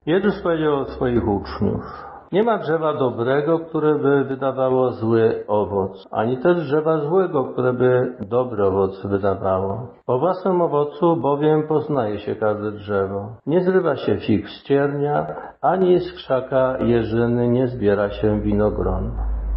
Jezus powiedział o swoich uczniów: nie ma drzewa dobrego, które by wydawało zły owoc, ani też drzewa złego, które by dobry owoc wydawało. Po własnym owocu bowiem poznaje się każde drzewo. Nie zrywa się fig z ciernia, ani z krzaka jeżyny nie zbiera się winogron.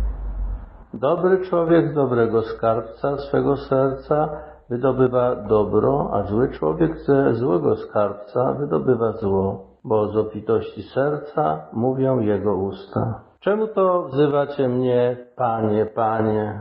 Dobry człowiek z dobrego skarbca swego serca wydobywa dobro, a zły człowiek ze złego skarbca wydobywa zło, bo z obfitości serca mówią jego usta. Czemu to wzywacie mnie, Panie, Panie,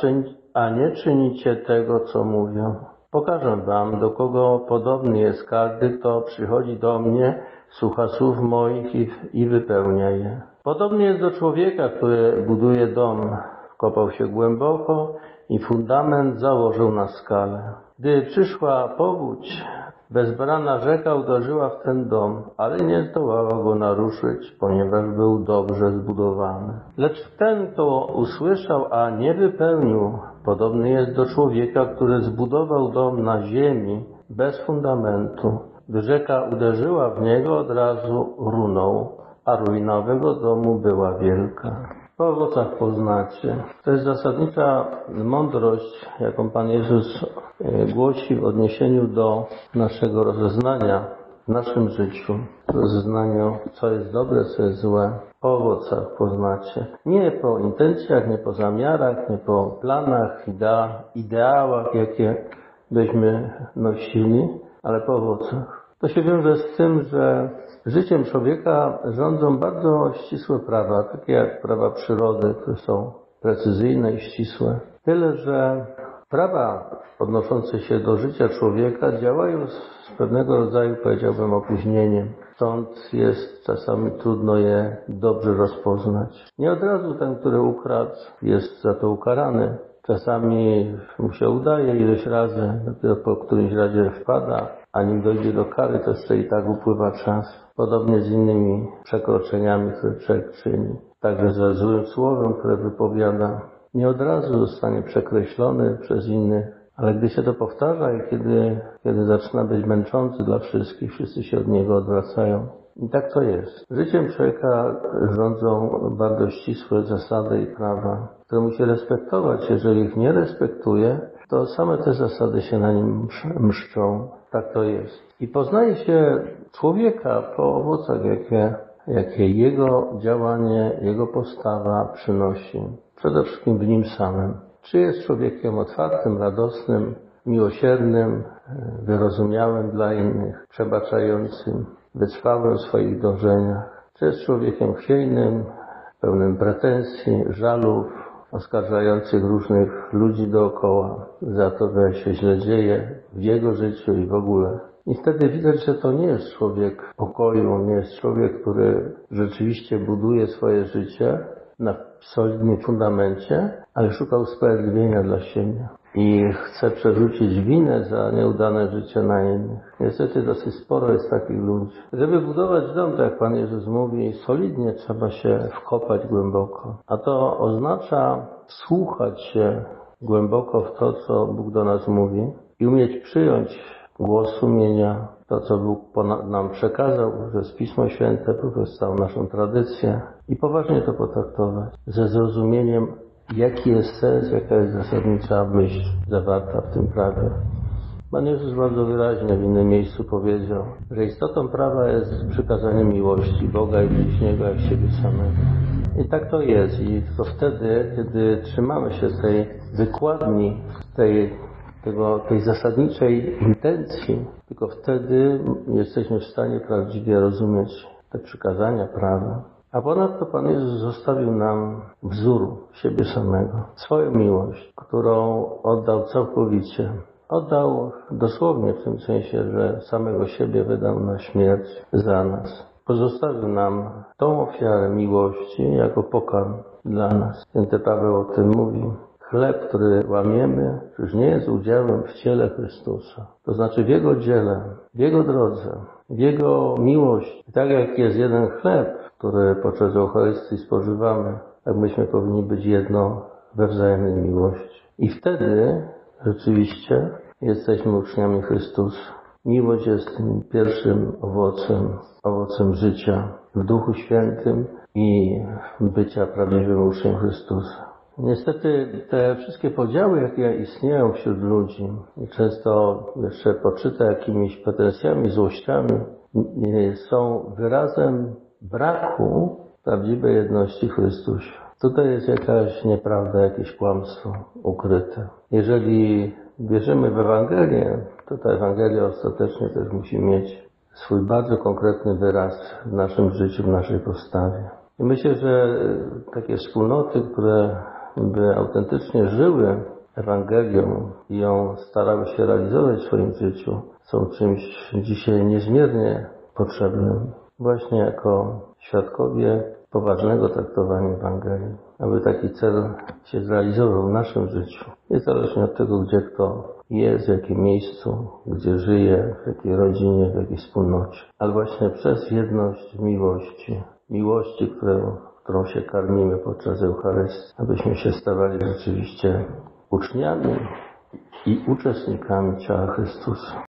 a nie czynicie tego, co mówią? Pokażę wam, do kogo podobny jest każdy, kto przychodzi do mnie, słucha słów moich i wypełnia je. Podobny jest do człowieka, który buduje dom. Kopał się głęboko i fundament założył na skalę. Gdy przyszła powódź, bezbrana rzeka uderzyła w ten dom, ale nie zdołała go naruszyć, ponieważ był dobrze zbudowany. Lecz ten, kto usłyszał, a nie wypełnił, podobny jest do człowieka, który zbudował dom na ziemi bez fundamentu. Gdy rzeka uderzyła w niego, od razu runął, a ruina owego domu była wielka. Po owocach poznacie. To jest zasadnicza mądrość, jaką Pan Jezus głosi w odniesieniu do naszego rozeznania w naszym życiu. Rozeznaniu, co jest dobre, co jest złe. Po owocach poznacie. Nie po intencjach, nie po zamiarach, nie po planach, ideałach, jakie byśmy nosili, ale po owocach. To się wiąże z tym, że życiem człowieka rządzą bardzo ścisłe prawa, takie jak prawa przyrody, które są precyzyjne i ścisłe. Tyle, że prawa odnoszące się do życia człowieka działają z pewnego rodzaju, powiedziałbym, opóźnieniem. Stąd jest czasami trudno je dobrze rozpoznać. Nie od razu ten, który ukradł, jest za to ukarany. Czasami mu się udaje ileś razy, dopiero po którymś razie wpada, a nim dojdzie do kary, to jeszcze i tak upływa czas. Podobnie z innymi przekroczeniami, które człowiek czyni. Także ze złym słowem, które wypowiada, nie od razu zostanie przekreślony przez innych, ale gdy się to powtarza i kiedy zaczyna być męczący dla wszystkich, wszyscy się od niego odwracają. I tak to jest. Życiem człowieka rządzą bardzo ścisłe zasady i prawa, które musi respektować. Jeżeli ich nie respektuje, to same te zasady się na nim mszczą. Tak to jest. I poznaje się człowieka po owocach, jakie jego działanie, jego postawa przynosi. Przede wszystkim w nim samym. Czy jest człowiekiem otwartym, radosnym, miłosiernym, wyrozumiałym dla innych, przebaczającym, wytrwałym w swoich dążeniach. Czy jest człowiekiem chwiejnym, pełnym pretensji, żalów, oskarżających różnych ludzi dookoła za to, że się źle dzieje w jego życiu i w ogóle. I wtedy widać, że to nie jest człowiek pokoju, nie jest człowiek, który rzeczywiście buduje swoje życie na solidnym fundamencie, ale szuka usprawiedliwienia dla siebie i chce przerzucić winę za nieudane życie na innych. Niestety dosyć sporo jest takich ludzi. Żeby budować dom, tak jak Pan Jezus mówi, solidnie trzeba się wkopać głęboko. A to oznacza wsłuchać się głęboko w to, co Bóg do nas mówi i umieć przyjąć głos sumienia, to, co Bóg nam przekazał przez Pismo Święte, poprzez całą naszą tradycję i poważnie to potraktować ze zrozumieniem, jaki jest sens, jaka jest zasadnicza myśl zawarta w tym prawie. Pan Jezus bardzo wyraźnie w innym miejscu powiedział, że istotą prawa jest przykazanie miłości Boga i bliźniego jak siebie samego. I tak to jest. I tylko wtedy, kiedy trzymamy się tej wykładni, tej zasadniczej intencji, tylko wtedy jesteśmy w stanie prawdziwie rozumieć te przykazania prawa. A ponadto Pan Jezus zostawił nam wzór siebie samego, swoją miłość, którą oddał całkowicie. Oddał dosłownie w tym sensie, że samego siebie wydał na śmierć za nas. Pozostawił nam tą ofiarę miłości jako pokarm dla nas. Święty Paweł o tym mówi. Chleb, który łamiemy, już nie jest udziałem w ciele Chrystusa. To znaczy w Jego dziele, w Jego drodze, w Jego miłości. Tak jak jest jeden chleb, który podczas Eucharystii spożywamy, tak myśmy powinni być jedno we wzajemnej miłości. I wtedy rzeczywiście jesteśmy uczniami Chrystusa. Miłość jest tym pierwszym owocem życia w Duchu Świętym i bycia prawdziwym uczniem Chrystusa. Niestety te wszystkie podziały, jakie istnieją wśród ludzi, i często jeszcze poczyte jakimiś pretensjami, złościami, są wyrazem braku prawdziwej jedności w Chrystusie. Tutaj jest jakaś nieprawda, jakieś kłamstwo ukryte. Jeżeli wierzymy w Ewangelię, to ta Ewangelia ostatecznie też musi mieć swój bardzo konkretny wyraz w naszym życiu, w naszej postawie. I myślę, że takie wspólnoty, które by autentycznie żyły Ewangelią i ją starały się realizować w swoim życiu, są czymś dzisiaj niezmiernie potrzebnym. Właśnie jako świadkowie poważnego traktowania Ewangelii, aby taki cel się zrealizował w naszym życiu. Niezależnie od tego, gdzie kto jest, w jakim miejscu, gdzie żyje, w jakiej rodzinie, w jakiej wspólnocie. Ale właśnie przez jedność miłości, którą się karmimy podczas Eucharystii, abyśmy się stawali rzeczywiście uczniami i uczestnikami ciała Chrystusa.